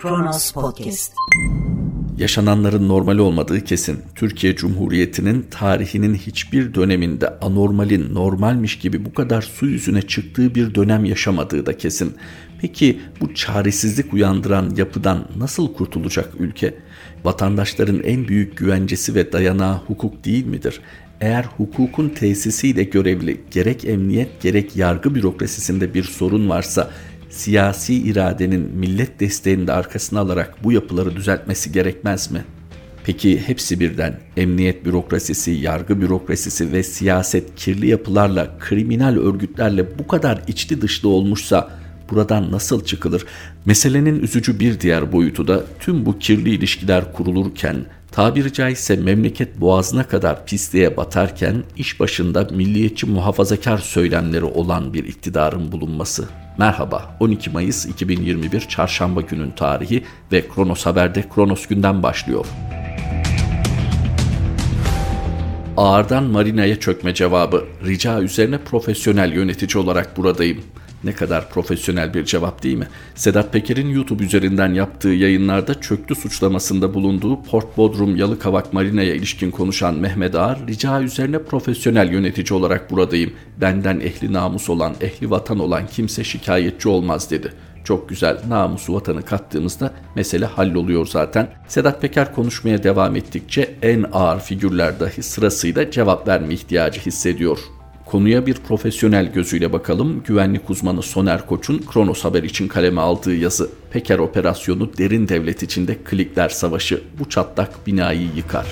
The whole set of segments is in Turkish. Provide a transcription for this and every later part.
Kronos Podcast. Yaşananların normal olmadığı kesin. Türkiye Cumhuriyeti'nin tarihinin hiçbir döneminde anormalin normalmiş gibi bu kadar su yüzüne çıktığı bir dönem yaşamadığı da kesin. Peki bu çaresizlik uyandıran yapıdan nasıl kurtulacak ülke? Vatandaşların en büyük güvencesi ve dayanağı hukuk değil midir? Eğer hukukun tesisiyle görevli gerek emniyet gerek yargı bürokrasisinde bir sorun varsa siyasi iradenin millet desteğini de arkasına alarak bu yapıları düzeltmesi gerekmez mi? Peki hepsi birden emniyet bürokrasisi, yargı bürokrasisi ve siyaset kirli yapılarla, kriminal örgütlerle bu kadar içli dışlı olmuşsa buradan nasıl çıkılır? Meselenin üzücü bir diğer boyutu da tüm bu kirli ilişkiler kurulurken, tabiri caizse memleket boğazına kadar pisliğe batarken iş başında milliyetçi muhafazakar söylemleri olan bir iktidarın bulunması. Merhaba, 12 Mayıs 2021 Çarşamba günün tarihi ve Kronos Haber'de Kronos günden başlıyor. Ağırdan marinaya çökme cevabı, rica üzerine profesyonel yönetici olarak buradayım. Ne kadar profesyonel bir cevap değil mi? Sedat Peker'in YouTube üzerinden yaptığı yayınlarda çöktü suçlamasında bulunduğu Port Bodrum Yalıkavak Marina'ya ilişkin konuşan Mehmet Ağar, rica üzerine profesyonel yönetici olarak buradayım. Benden ehli namus olan, ehli vatan olan kimse şikayetçi olmaz dedi. Çok güzel, namusu vatanı kattığımızda mesele halloluyor zaten. Sedat Peker konuşmaya devam ettikçe en ağır figürler dahi sırasıyla cevap verme ihtiyacı hissediyor. Konuya bir profesyonel gözüyle bakalım. Güvenlik uzmanı Soner Koç'un Kronos Haber için kaleme aldığı yazı. Peker operasyonu derin devlet içinde klikler savaşı. Bu çatlak binayı yıkar.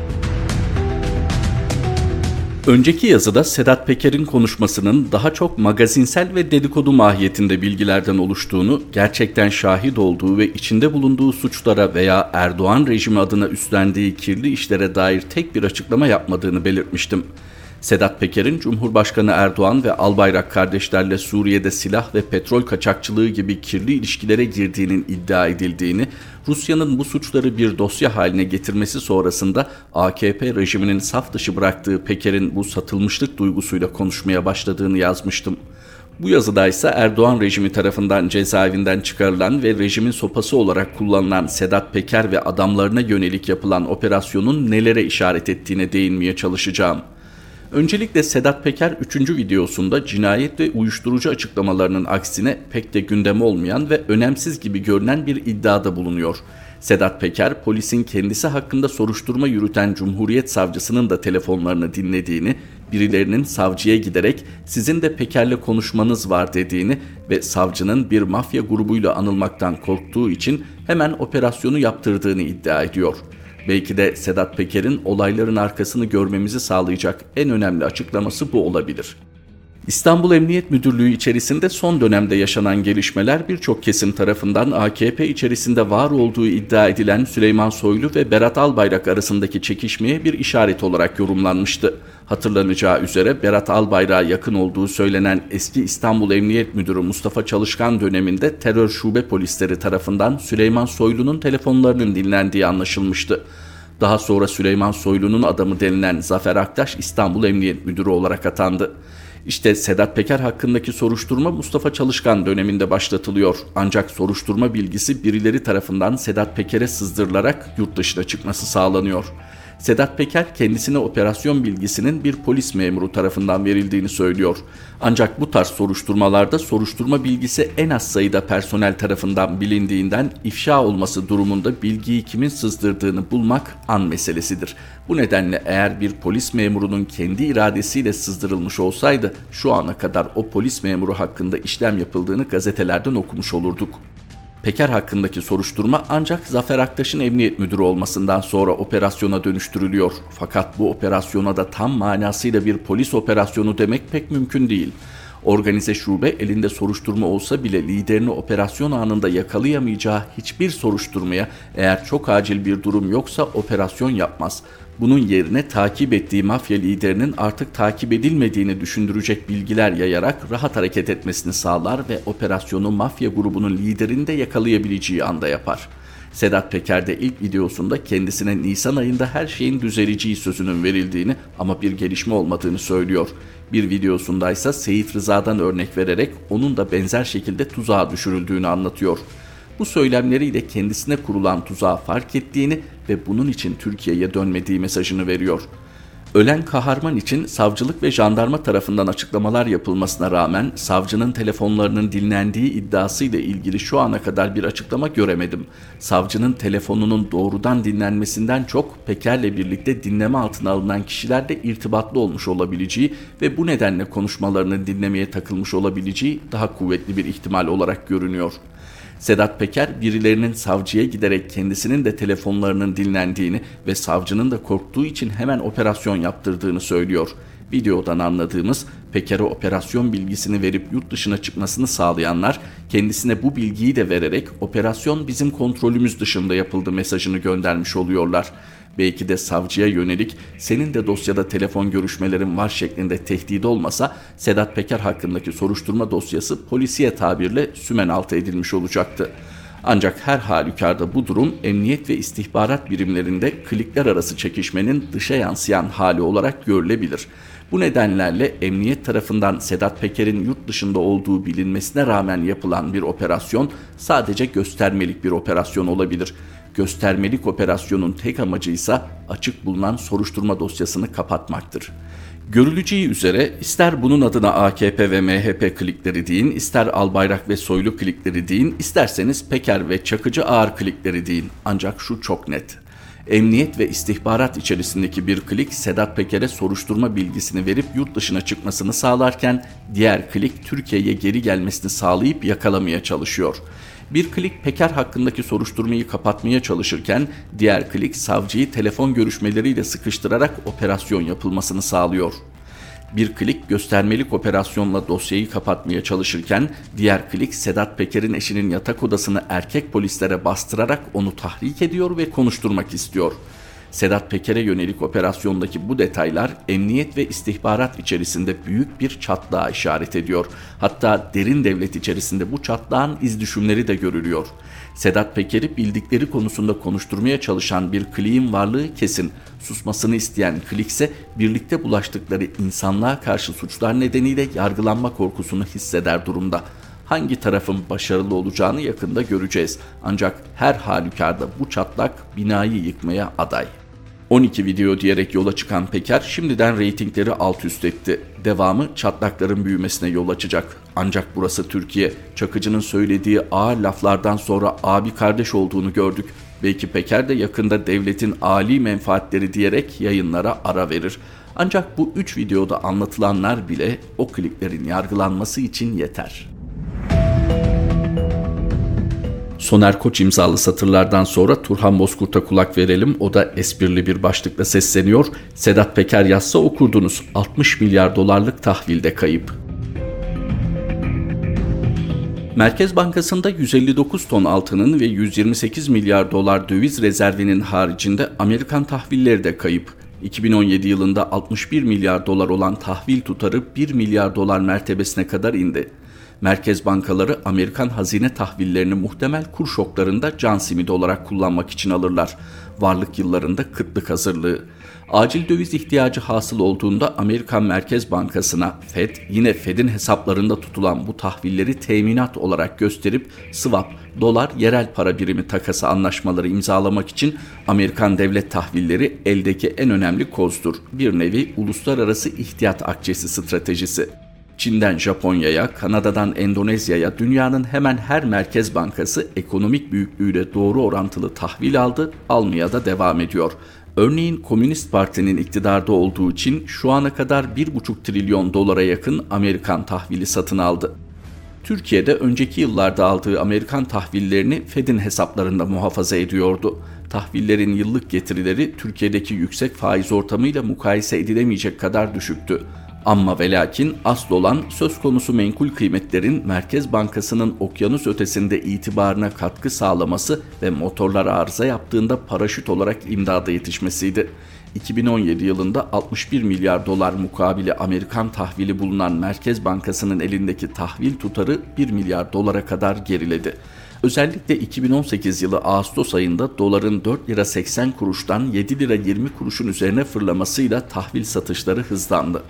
Önceki yazıda Sedat Peker'in konuşmasının daha çok magazinsel ve dedikodu mahiyetinde bilgilerden oluştuğunu, gerçekten şahit olduğu ve içinde bulunduğu suçlara veya Erdoğan rejimi adına üstlendiği kirli işlere dair tek bir açıklama yapmadığını belirtmiştim. Sedat Peker'in Cumhurbaşkanı Erdoğan ve Albayrak kardeşlerle Suriye'de silah ve petrol kaçakçılığı gibi kirli ilişkilere girdiğinin iddia edildiğini, Rusya'nın bu suçları bir dosya haline getirmesi sonrasında AKP rejiminin saf dışı bıraktığı Peker'in bu satılmışlık duygusuyla konuşmaya başladığını yazmıştım. Bu yazıda ise Erdoğan rejimi tarafından cezaevinden çıkarılan ve rejimin sopası olarak kullanılan Sedat Peker ve adamlarına yönelik yapılan operasyonun nelere işaret ettiğine değinmeye çalışacağım. Öncelikle Sedat Peker 3. videosunda cinayet ve uyuşturucu açıklamalarının aksine pek de gündem olmayan ve önemsiz gibi görünen bir iddiada bulunuyor. Sedat Peker, polisin kendisi hakkında soruşturma yürüten Cumhuriyet Savcısının da telefonlarını dinlediğini, birilerinin savcıya giderek sizin de Peker'le konuşmanız var dediğini ve savcının bir mafya grubuyla anılmaktan korktuğu için hemen operasyonu yaptırdığını iddia ediyor. Belki de Sedat Peker'in olayların arkasını görmemizi sağlayacak en önemli açıklaması bu olabilir. İstanbul Emniyet Müdürlüğü içerisinde son dönemde yaşanan gelişmeler birçok kesim tarafından AKP içerisinde var olduğu iddia edilen Süleyman Soylu ve Berat Albayrak arasındaki çekişmeye bir işaret olarak yorumlanmıştı. Hatırlanacağı üzere Berat Albayrak'a yakın olduğu söylenen eski İstanbul Emniyet Müdürü Mustafa Çalışkan döneminde terör şube polisleri tarafından Süleyman Soylu'nun telefonlarının dinlendiği anlaşılmıştı. Daha sonra Süleyman Soylu'nun adamı denilen Zafer Aktaş İstanbul Emniyet Müdürü olarak atandı. İşte Sedat Peker hakkındaki soruşturma Mustafa Çalışkan döneminde başlatılıyor. Ancak soruşturma bilgisi birileri tarafından Sedat Peker'e sızdırılarak yurt dışına çıkması sağlanıyor. Sedat Peker kendisine operasyon bilgisinin bir polis memuru tarafından verildiğini söylüyor. Ancak bu tarz soruşturmalarda soruşturma bilgisi en az sayıda personel tarafından bilindiğinden ifşa olması durumunda bilgiyi kimin sızdırdığını bulmak an meselesidir. Bu nedenle eğer bir polis memurunun kendi iradesiyle sızdırılmış olsaydı şu ana kadar o polis memuru hakkında işlem yapıldığını gazetelerden okumuş olurduk. Peker hakkındaki soruşturma ancak Zafer Aktaş'ın emniyet müdürü olmasından sonra operasyona dönüştürülüyor. Fakat bu operasyona da tam manasıyla bir polis operasyonu demek pek mümkün değil. Organize şube elinde soruşturma olsa bile liderini operasyon anında yakalayamayacağı hiçbir soruşturmaya eğer çok acil bir durum yoksa operasyon yapmaz. Bunun yerine takip ettiği mafya liderinin artık takip edilmediğini düşündürecek bilgiler yayarak rahat hareket etmesini sağlar ve operasyonu mafya grubunun liderini de yakalayabileceği anda yapar. Sedat Peker de ilk videosunda kendisine Nisan ayında her şeyin düzeleceği sözünün verildiğini ama bir gelişme olmadığını söylüyor. Bir videosundaysa Seyit Rıza'dan örnek vererek onun da benzer şekilde tuzağa düşürüldüğünü anlatıyor. Bu söylemleriyle kendisine kurulan tuzağı fark ettiğini ve bunun için Türkiye'ye dönmediği mesajını veriyor. Ölen Kahraman için savcılık ve jandarma tarafından açıklamalar yapılmasına rağmen savcının telefonlarının dinlendiği iddiasıyla ilgili şu ana kadar bir açıklama göremedim. Savcının telefonunun doğrudan dinlenmesinden çok Peker'le birlikte dinleme altına alınan kişilerle irtibatlı olmuş olabileceği ve bu nedenle konuşmalarını dinlemeye takılmış olabileceği daha kuvvetli bir ihtimal olarak görünüyor. Sedat Peker birilerinin savcıya giderek kendisinin de telefonlarının dinlendiğini ve savcının da korktuğu için hemen operasyon yaptırdığını söylüyor. Videodan anladığımız Peker'e operasyon bilgisini verip yurt dışına çıkmasını sağlayanlar kendisine bu bilgiyi de vererek operasyon bizim kontrolümüz dışında yapıldı mesajını göndermiş oluyorlar. Belki de savcıya yönelik senin de dosyada telefon görüşmelerin var şeklinde tehdit olmasa Sedat Peker hakkındaki soruşturma dosyası polisiye tabirle sümen altı edilmiş olacaktı. Ancak her halükarda bu durum emniyet ve istihbarat birimlerinde klikler arası çekişmenin dışa yansıyan hali olarak görülebilir. Bu nedenlerle emniyet tarafından Sedat Peker'in yurt dışında olduğu bilinmesine rağmen yapılan bir operasyon sadece göstermelik bir operasyon olabilir. Göstermelik operasyonun tek amacı ise açık bulunan soruşturma dosyasını kapatmaktır. Görüleceği üzere ister bunun adına AKP ve MHP klikleri deyin, ister Albayrak ve Soylu klikleri deyin, isterseniz Peker ve Çakıcı Ağar klikleri deyin. Ancak şu çok net. Emniyet ve istihbarat içerisindeki bir klik Sedat Peker'e soruşturma bilgisini verip yurt dışına çıkmasını sağlarken diğer klik Türkiye'ye geri gelmesini sağlayıp yakalamaya çalışıyor. Bir klik Peker hakkındaki soruşturmayı kapatmaya çalışırken diğer klik savcıyı telefon görüşmeleriyle sıkıştırarak operasyon yapılmasını sağlıyor. Bir klik göstermelik operasyonla dosyayı kapatmaya çalışırken diğer klik Sedat Peker'in eşinin yatak odasını erkek polislere bastırarak onu tahrik ediyor ve konuşturmak istiyor. Sedat Peker'e yönelik operasyondaki bu detaylar emniyet ve istihbarat içerisinde büyük bir çatlağa işaret ediyor. Hatta derin devlet içerisinde bu çatlağın izdüşümleri de görülüyor. Sedat Peker'i bildikleri konusunda konuşturmaya çalışan bir kliğin varlığı kesin. Susmasını isteyen klik ise birlikte bulaştıkları insanlığa karşı suçlar nedeniyle yargılanma korkusunu hisseder durumda. Hangi tarafın başarılı olacağını yakında göreceğiz. Ancak her halükarda bu çatlak binayı yıkmaya aday. 12 video diyerek yola çıkan Peker şimdiden reytingleri alt üst etti. Devamı çatlakların büyümesine yol açacak. Ancak burası Türkiye. Çakıcı'nın söylediği ağır laflardan sonra abi kardeş olduğunu gördük. Belki Peker de yakında devletin âli menfaatleri diyerek yayınlara ara verir. Ancak bu 3 videoda anlatılanlar bile o kliklerin yargılanması için yeter. Soner Koç imzalı satırlardan sonra Turhan Bozkurt'a kulak verelim. O da esprili bir başlıkla sesleniyor. Sedat Peker yazsa okurdunuz. 60 milyar dolarlık tahvilde kayıp. Merkez Bankası'nda 159 ton altının ve 128 milyar dolar döviz rezervinin haricinde Amerikan tahvilleri de kayıp. 2017 yılında 61 milyar dolar olan tahvil tutarı 1 milyar dolar mertebesine kadar indi. Merkez bankaları Amerikan hazine tahvillerini muhtemel kur şoklarında can simidi olarak kullanmak için alırlar. Varlık yıllarında kıtlık hazırlığı. Acil döviz ihtiyacı hasıl olduğunda Amerikan Merkez Bankası'na Fed, yine Fed'in hesaplarında tutulan bu tahvilleri teminat olarak gösterip swap, dolar yerel para birimi takası anlaşmaları imzalamak için Amerikan devlet tahvilleri eldeki en önemli kozdur. Bir nevi uluslararası ihtiyat akçesi stratejisi. Çin'den Japonya'ya, Kanada'dan Endonezya'ya dünyanın hemen her merkez bankası ekonomik büyüklüğüyle doğru orantılı tahvil aldı, almaya da devam ediyor. Örneğin Komünist Parti'nin iktidarda olduğu için şu ana kadar 1,5 trilyon dolara yakın Amerikan tahvili satın aldı. Türkiye'de önceki yıllarda aldığı Amerikan tahvillerini Fed'in hesaplarında muhafaza ediyordu. Tahvillerin yıllık getirileri Türkiye'deki yüksek faiz ortamıyla mukayese edilemeyecek kadar düşüktü. Amma ve lakin asıl olan söz konusu menkul kıymetlerin Merkez Bankası'nın okyanus ötesinde itibarına katkı sağlaması ve motorlar arıza yaptığında paraşüt olarak imdada yetişmesiydi. 2017 yılında 61 milyar dolar mukabili Amerikan tahvili bulunan Merkez Bankası'nın elindeki tahvil tutarı 1 milyar dolara kadar geriledi. Özellikle 2018 yılı Ağustos ayında doların 4 lira 80 kuruştan 7 lira 20 kuruşun üzerine fırlamasıyla tahvil satışları hızlandı.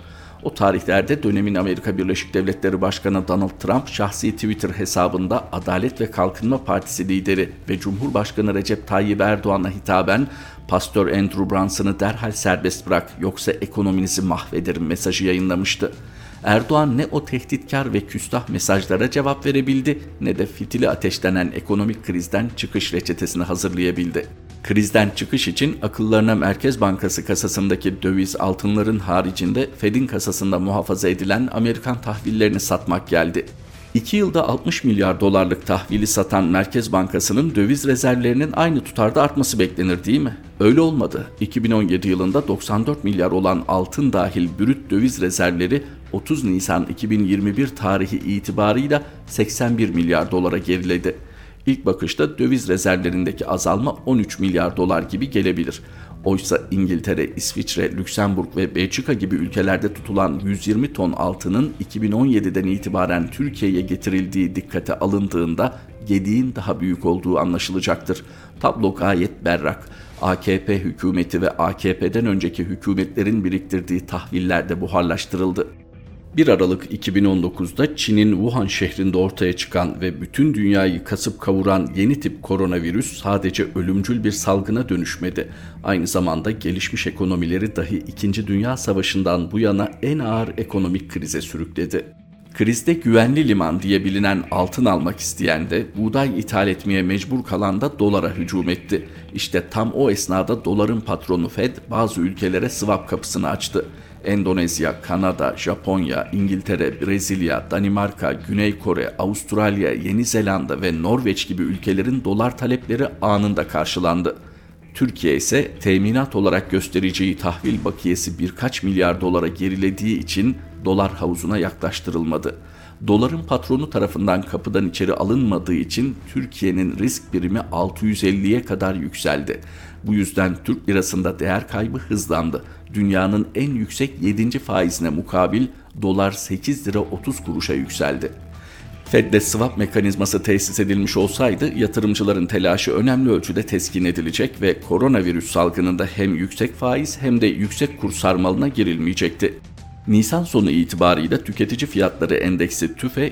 O tarihlerde dönemin Amerika Birleşik Devletleri Başkanı Donald Trump şahsi Twitter hesabında Adalet ve Kalkınma Partisi lideri ve Cumhurbaşkanı Recep Tayyip Erdoğan'a hitaben "Pastör Andrew Brunson'ı derhal serbest bırak yoksa ekonominizi mahvederim" mesajı yayınlamıştı. Erdoğan ne o tehditkar ve küstah mesajlara cevap verebildi ne de fitili ateşlenen ekonomik krizden çıkış reçetesini hazırlayabildi. Krizden çıkış için akıllarına Merkez Bankası kasasındaki döviz altınların haricinde Fed'in kasasında muhafaza edilen Amerikan tahvillerini satmak geldi. 2 yılda 60 milyar dolarlık tahvili satan Merkez Bankası'nın döviz rezervlerinin aynı tutarda artması beklenir değil mi? Öyle olmadı. 2017 yılında 94 milyar olan altın dahil brüt döviz rezervleri 30 Nisan 2021 tarihi itibarıyla 81 milyar dolara geriledi. İlk bakışta döviz rezervlerindeki azalma 13 milyar dolar gibi gelebilir. Oysa İngiltere, İsviçre, Lüksemburg ve Belçika gibi ülkelerde tutulan 120 ton altının 2017'den itibaren Türkiye'ye getirildiği dikkate alındığında gediğin daha büyük olduğu anlaşılacaktır. Tablo gayet berrak. AKP hükümeti ve AKP'den önceki hükümetlerin biriktirdiği tahviller de buharlaştırıldı. 1 Aralık 2019'da Çin'in Wuhan şehrinde ortaya çıkan ve bütün dünyayı kasıp kavuran yeni tip koronavirüs sadece ölümcül bir salgına dönüşmedi. Aynı zamanda gelişmiş ekonomileri dahi 2. Dünya Savaşı'ndan bu yana en ağır ekonomik krize sürükledi. Krizde güvenli liman diye bilinen altın almak isteyen de buğday ithal etmeye mecbur kalan da dolara hücum etti. İşte tam o esnada doların patronu Fed bazı ülkelere swap kapısını açtı. Endonezya, Kanada, Japonya, İngiltere, Brezilya, Danimarka, Güney Kore, Avustralya, Yeni Zelanda ve Norveç gibi ülkelerin dolar talepleri anında karşılandı. Türkiye ise teminat olarak göstereceği tahvil bakiyesi birkaç milyar dolara gerilediği için dolar havuzuna yaklaştırılmadı. Doların patronu tarafından kapıdan içeri alınmadığı için Türkiye'nin risk birimi 650'ye kadar yükseldi. Bu yüzden Türk lirasında değer kaybı hızlandı. Dünyanın en yüksek 7. faizine mukabil dolar 8 lira 30 kuruşa yükseldi. Fed'de swap mekanizması tesis edilmiş olsaydı yatırımcıların telaşı önemli ölçüde teskin edilecek ve koronavirüs salgınında hem yüksek faiz hem de yüksek kur sarmalına girilmeyecekti. Nisan sonu itibarıyla tüketici fiyatları endeksi TÜFE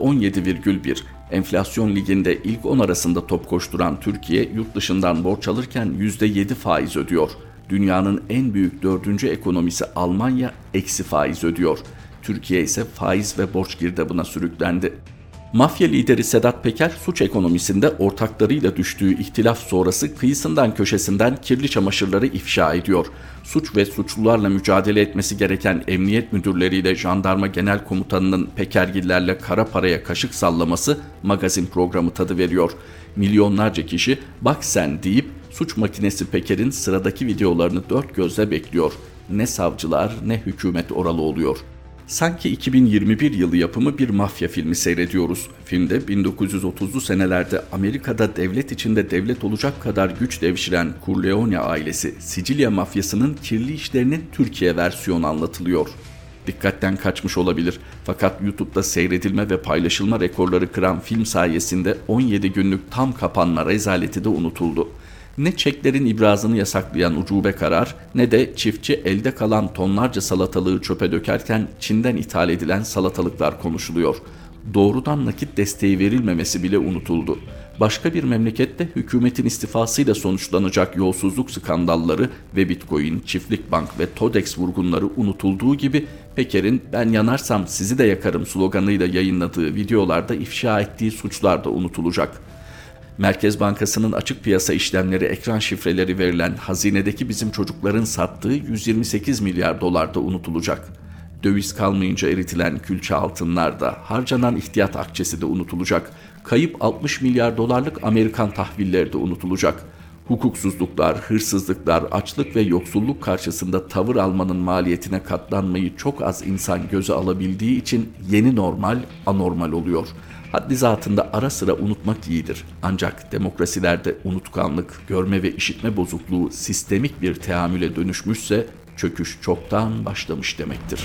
%17,1. Enflasyon liginde ilk 10 arasında top koşturan Türkiye yurt dışından borç alırken %7 faiz ödüyor. Dünyanın en büyük 4. ekonomisi Almanya eksi faiz ödüyor. Türkiye ise faiz ve borç girdabına sürüklendi. Mafya lideri Sedat Peker suç ekonomisinde ortaklarıyla düştüğü ihtilaf sonrası kıyısından köşesinden kirli çamaşırları ifşa ediyor. Suç ve suçlularla mücadele etmesi gereken emniyet müdürleriyle jandarma genel komutanının Pekergillerle kara paraya kaşık sallaması magazin programı tadı veriyor. Milyonlarca kişi "bak sen" deyip suç makinesi Peker'in sıradaki videolarını dört gözle bekliyor. Ne savcılar ne hükümet oralı oluyor. Sanki 2021 yılı yapımı bir mafya filmi seyrediyoruz. Filmde 1930'lu senelerde Amerika'da devlet içinde devlet olacak kadar güç devşiren Corleone ailesi Sicilya mafyasının kirli işlerinin Türkiye versiyonu anlatılıyor. Dikkatten kaçmış olabilir fakat YouTube'da seyredilme ve paylaşılma rekorları kıran film sayesinde 17 günlük tam kapanma rezaleti de unutuldu. Ne çeklerin ibrazını yasaklayan ucube karar ne de çiftçi elde kalan tonlarca salatalığı çöpe dökerken Çin'den ithal edilen salatalıklar konuşuluyor. Doğrudan nakit desteği verilmemesi bile unutuldu. Başka bir memlekette hükümetin istifasıyla sonuçlanacak yolsuzluk skandalları ve Bitcoin, Çiftlik Bank ve Todex vurgunları unutulduğu gibi Peker'in "ben yanarsam sizi de yakarım" sloganıyla yayınladığı videolarda ifşa ettiği suçlar da unutulacak. Merkez Bankası'nın açık piyasa işlemleri ekran şifreleri verilen hazinedeki bizim çocukların sattığı 128 milyar dolar da unutulacak. Döviz kalmayınca eritilen külçe altınlar da, harcanan ihtiyat akçesi de unutulacak. Kayıp 60 milyar dolarlık Amerikan tahvilleri de unutulacak. Hukuksuzluklar, hırsızlıklar, açlık ve yoksulluk karşısında tavır almanın maliyetine katlanmayı çok az insan göze alabildiği için yeni normal anormal oluyor. Haddi zatında ara sıra unutmak iyidir. Ancak demokrasilerde unutkanlık, görme ve işitme bozukluğu sistemik bir teamüle dönüşmüşse çöküş çoktan başlamış demektir.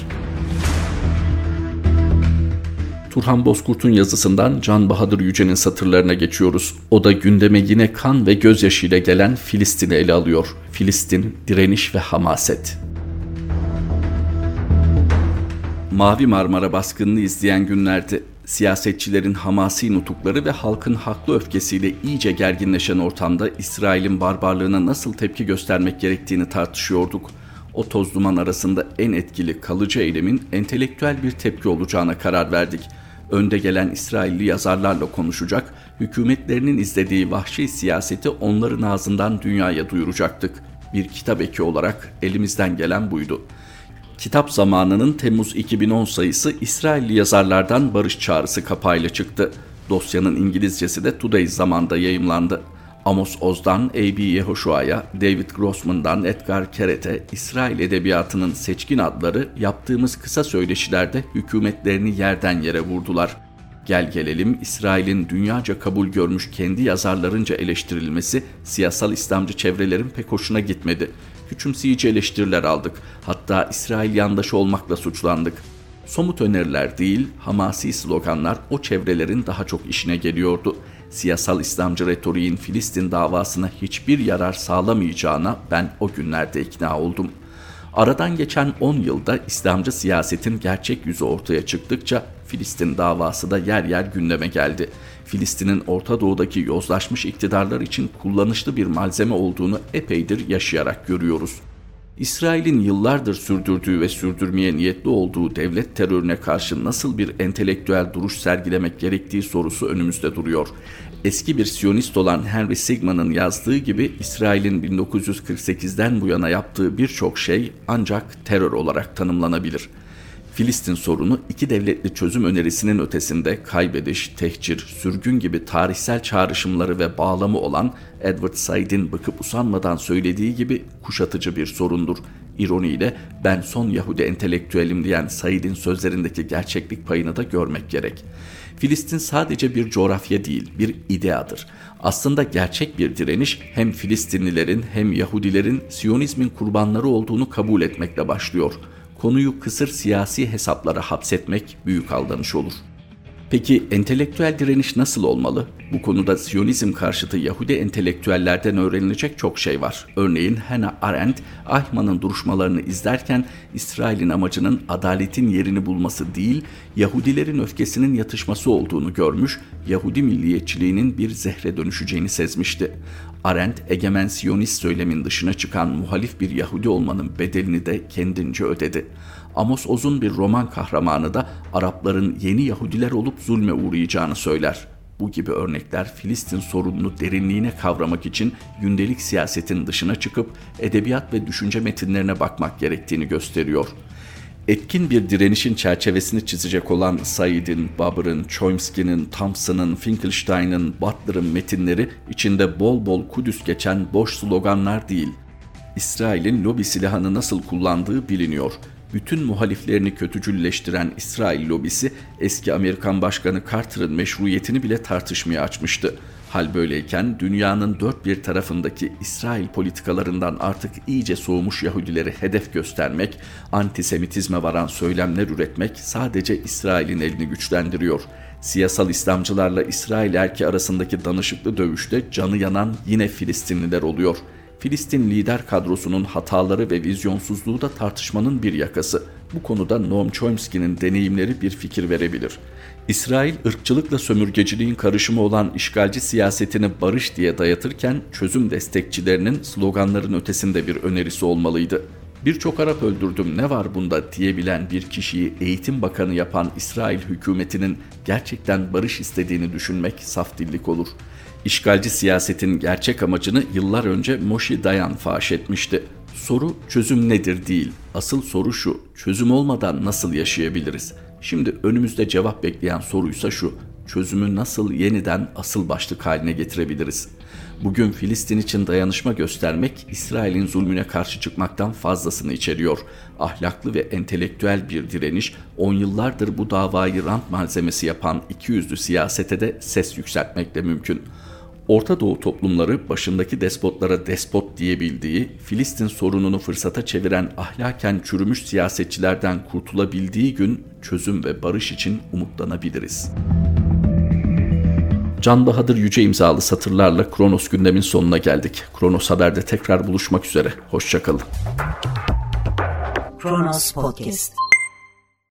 Turhan Bozkurt'un yazısından Can Bahadır Yüce'nin satırlarına geçiyoruz. O da gündeme yine kan ve gözyaşıyla gelen Filistin'i ele alıyor. Filistin, direniş ve hamaset. Mavi Marmara baskınını izleyen günlerdi. Siyasetçilerin hamasi nutukları ve halkın haklı öfkesiyle iyice gerginleşen ortamda İsrail'in barbarlığına nasıl tepki göstermek gerektiğini tartışıyorduk. O toz duman arasında en etkili kalıcı eylemin entelektüel bir tepki olacağına karar verdik. Önde gelen İsrailli yazarlarla konuşacak, hükümetlerinin izlediği vahşi siyaseti onların ağzından dünyaya duyuracaktık. Bir kitap eki olarak elimizden gelen buydu. Kitap Zamanı'nın Temmuz 2010 sayısı İsrailli yazarlardan barış çağrısı kapağıyla çıktı. Dosyanın İngilizcesi de Today Zaman'da yayımlandı. Amos Oz'dan A.B. Yehoşua'ya, David Grossman'dan Edgar Keret'e İsrail edebiyatının seçkin adları yaptığımız kısa söyleşilerde hükümetlerini yerden yere vurdular. Gel gelelim İsrail'in dünyaca kabul görmüş kendi yazarlarınca eleştirilmesi siyasal İslamcı çevrelerin pek hoşuna gitmedi. Küçümseyici eleştiriler aldık. Hatta İsrail yandaşı olmakla suçlandık. Somut öneriler değil, hamasi sloganlar o çevrelerin daha çok işine geliyordu. Siyasal İslamcı retoriğin Filistin davasına hiçbir yarar sağlamayacağına ben o günlerde ikna oldum. Aradan geçen 10 yılda İslamcı siyasetin gerçek yüzü ortaya çıktıkça Filistin davası da yer yer gündeme geldi. Filistin'in Orta Doğu'daki yozlaşmış iktidarlar için kullanışlı bir malzeme olduğunu epeydir yaşayarak görüyoruz. İsrail'in yıllardır sürdürdüğü ve sürdürmeye niyetli olduğu devlet terörüne karşı nasıl bir entelektüel duruş sergilemek gerektiği sorusu önümüzde duruyor. Eski bir Siyonist olan Henry Sigman'ın yazdığı gibi İsrail'in 1948'den bu yana yaptığı birçok şey ancak terör olarak tanımlanabilir. Filistin sorunu iki devletli çözüm önerisinin ötesinde kaybediş, tehcir, sürgün gibi tarihsel çağrışımları ve bağlamı olan Edward Said'in bıkıp usanmadan söylediği gibi kuşatıcı bir sorundur. İroniyle ben son Yahudi entelektüelim diyen Said'in sözlerindeki gerçeklik payını da görmek gerek. Filistin sadece bir coğrafya değil, bir ideadır. Aslında gerçek bir direniş hem Filistinlilerin hem Yahudilerin Siyonizmin kurbanları olduğunu kabul etmekle başlıyor. Konuyu kısır siyasi hesaplara hapsetmek büyük aldanış olur. Peki entelektüel direniş nasıl olmalı? Bu konuda Siyonizm karşıtı Yahudi entelektüellerden öğrenilecek çok şey var. Örneğin Hannah Arendt, Eichmann'ın duruşmalarını izlerken İsrail'in amacının adaletin yerini bulması değil, Yahudilerin öfkesinin yatışması olduğunu görmüş, Yahudi milliyetçiliğinin bir zehre dönüşeceğini sezmişti. Arendt, egemen Siyonist söylemin dışına çıkan muhalif bir Yahudi olmanın bedelini de kendince ödedi. Amos Oz'un bir roman kahramanı da Arapların yeni Yahudiler olup zulme uğrayacağını söyler. Bu gibi örnekler Filistin sorununu derinliğine kavramak için gündelik siyasetin dışına çıkıp edebiyat ve düşünce metinlerine bakmak gerektiğini gösteriyor. Etkin bir direnişin çerçevesini çizecek olan Said'in, Baber'ın, Chomsky'nin, Thompson'ın, Finkelstein'ın, Butler'ın metinleri içinde bol bol Kudüs geçen boş sloganlar değil. İsrail'in lobi silahını nasıl kullandığı biliniyor. Bütün muhaliflerini kötücülleştiren İsrail lobisi eski Amerikan Başkanı Carter'ın meşruiyetini bile tartışmaya açmıştı. Hal böyleyken dünyanın dört bir tarafındaki İsrail politikalarından artık iyice soğumuş Yahudileri hedef göstermek, antisemitizme varan söylemler üretmek sadece İsrail'in elini güçlendiriyor. Siyasal İslamcılarla İsrail erki arasındaki danışıklı dövüşte canı yanan yine Filistinliler oluyor. Filistin lider kadrosunun hataları ve vizyonsuzluğu da tartışmanın bir yakası. Bu konuda Noam Chomsky'nin deneyimleri bir fikir verebilir. İsrail, ırkçılıkla sömürgeciliğin karışımı olan işgalci siyasetini barış diye dayatırken çözüm destekçilerinin sloganların ötesinde bir önerisi olmalıydı. Birçok Arap öldürdüm ne var bunda diyebilen bir kişiyi eğitim bakanı yapan İsrail hükümetinin gerçekten barış istediğini düşünmek saf dillik olur. İşgalci siyasetin gerçek amacını yıllar önce Moshe Dayan faş etmişti. Soru çözüm nedir değil, asıl soru şu, çözüm olmadan nasıl yaşayabiliriz? Şimdi önümüzde cevap bekleyen soruysa şu, çözümü nasıl yeniden asıl başlık haline getirebiliriz? Bugün Filistin için dayanışma göstermek, İsrail'in zulmüne karşı çıkmaktan fazlasını içeriyor. Ahlaklı ve entelektüel bir direniş, 10 yıllardır bu davayı rant malzemesi yapan ikiyüzlü siyasete de ses yükseltmekle mümkün. Orta Doğu toplumları başındaki despotlara despot diyebildiği, Filistin sorununu fırsata çeviren ahlaken çürümüş siyasetçilerden kurtulabildiği gün çözüm ve barış için umutlanabiliriz. Can Bahadır Yüce imzalı satırlarla Kronos gündemin sonuna geldik. Kronos Haber'de tekrar buluşmak üzere. Hoşça kalın. Kronos Podcast.